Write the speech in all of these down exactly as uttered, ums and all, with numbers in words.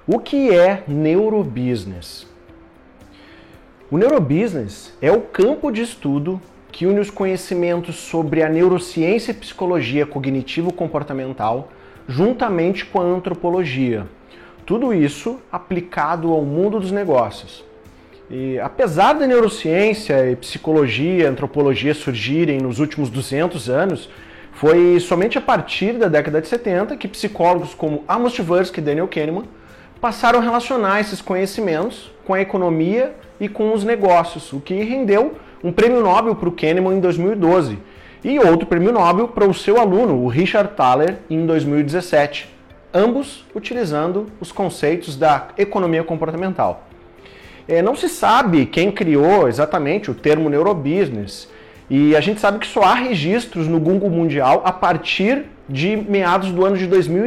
O que é neurobusiness? O neurobusiness é o campo de estudo que une os conhecimentos sobre a neurociência e psicologia cognitivo-comportamental juntamente com a antropologia. Tudo isso aplicado ao mundo dos negócios. E apesar da neurociência e psicologia, antropologia surgirem nos últimos duzentos anos, foi somente a partir da década de setenta que psicólogos como Amos Tversky e Daniel Kahneman passaram a relacionar esses conhecimentos com a economia e com os negócios, o que rendeu um prêmio Nobel para o Kahneman em dois mil e doze e outro prêmio Nobel para o seu aluno, o Richard Thaler, em dois mil e dezessete, ambos utilizando os conceitos da economia comportamental. É, não se sabe quem criou exatamente o termo neurobusiness, e a gente sabe que só há registros no Google Mundial a partir de meados do ano de dois mil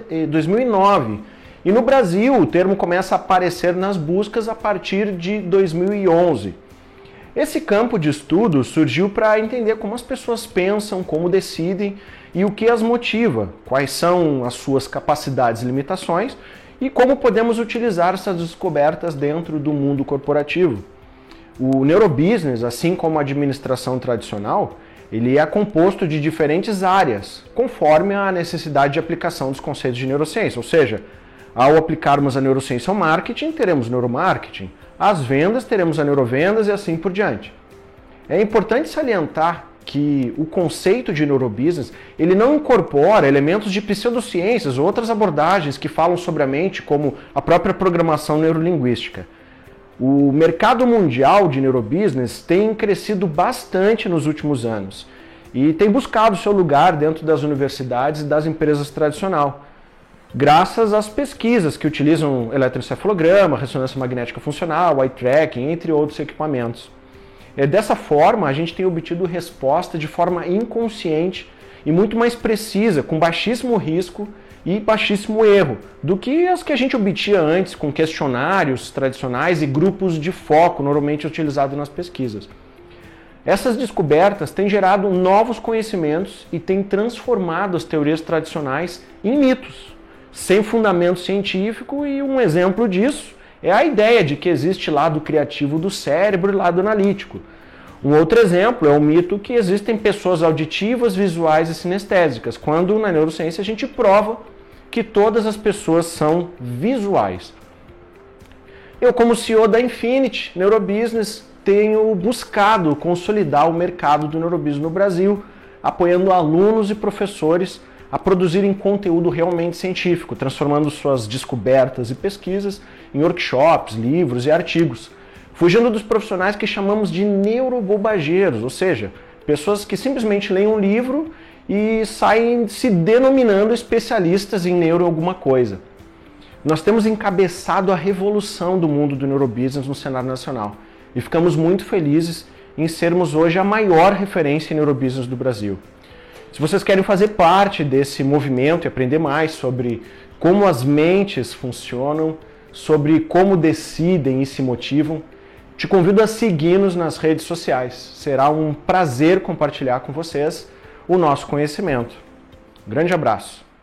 e nove. E no Brasil o termo começa a aparecer nas buscas a partir de dois mil e onze. Esse campo de estudo surgiu para entender como as pessoas pensam, como decidem e o que as motiva, quais são as suas capacidades e limitações e como podemos utilizar essas descobertas dentro do mundo corporativo. O neurobusiness, assim como a administração tradicional, ele é composto de diferentes áreas, conforme a necessidade de aplicação dos conceitos de neurociência. Ou seja, ao aplicarmos a neurociência ao marketing, teremos neuromarketing. Às vendas, teremos a neurovendas e assim por diante. É importante salientar que o conceito de neurobusiness ele não incorpora elementos de pseudociências ou outras abordagens que falam sobre a mente, como a própria programação neurolinguística. O mercado mundial de neurobusiness tem crescido bastante nos últimos anos e tem buscado seu lugar dentro das universidades e das empresas tradicionais, graças às pesquisas que utilizam eletroencefalograma, ressonância magnética funcional, eye tracking, entre outros equipamentos. Dessa forma, a gente tem obtido resposta de forma inconsciente e muito mais precisa, com baixíssimo risco e baixíssimo erro, do que as que a gente obtinha antes com questionários tradicionais e grupos de foco normalmente utilizados nas pesquisas. Essas descobertas têm gerado novos conhecimentos e têm transformado as teorias tradicionais em mitos, sem fundamento científico, e um exemplo disso é a ideia de que existe lado criativo do cérebro e lado analítico. Um outro exemplo é o mito que existem pessoas auditivas, visuais e sinestésicas, quando na neurociência a gente prova que todas as pessoas são visuais. Eu, como C E O da Infinity Neurobusiness, tenho buscado consolidar o mercado do neurobusiness no Brasil, apoiando alunos e professores a produzirem conteúdo realmente científico, transformando suas descobertas e pesquisas em workshops, livros e artigos, fugindo dos profissionais que chamamos de neurobobageiros, ou seja, pessoas que simplesmente leem um livro e saem se denominando especialistas em neuro alguma coisa. Nós temos encabeçado a revolução do mundo do neurobusiness no cenário nacional e ficamos muito felizes em sermos hoje a maior referência em neurobusiness do Brasil. Se vocês querem fazer parte desse movimento e aprender mais sobre como as mentes funcionam, sobre como decidem e se motivam, te convido a seguir-nos nas redes sociais. Será um prazer compartilhar com vocês o nosso conhecimento. Grande abraço!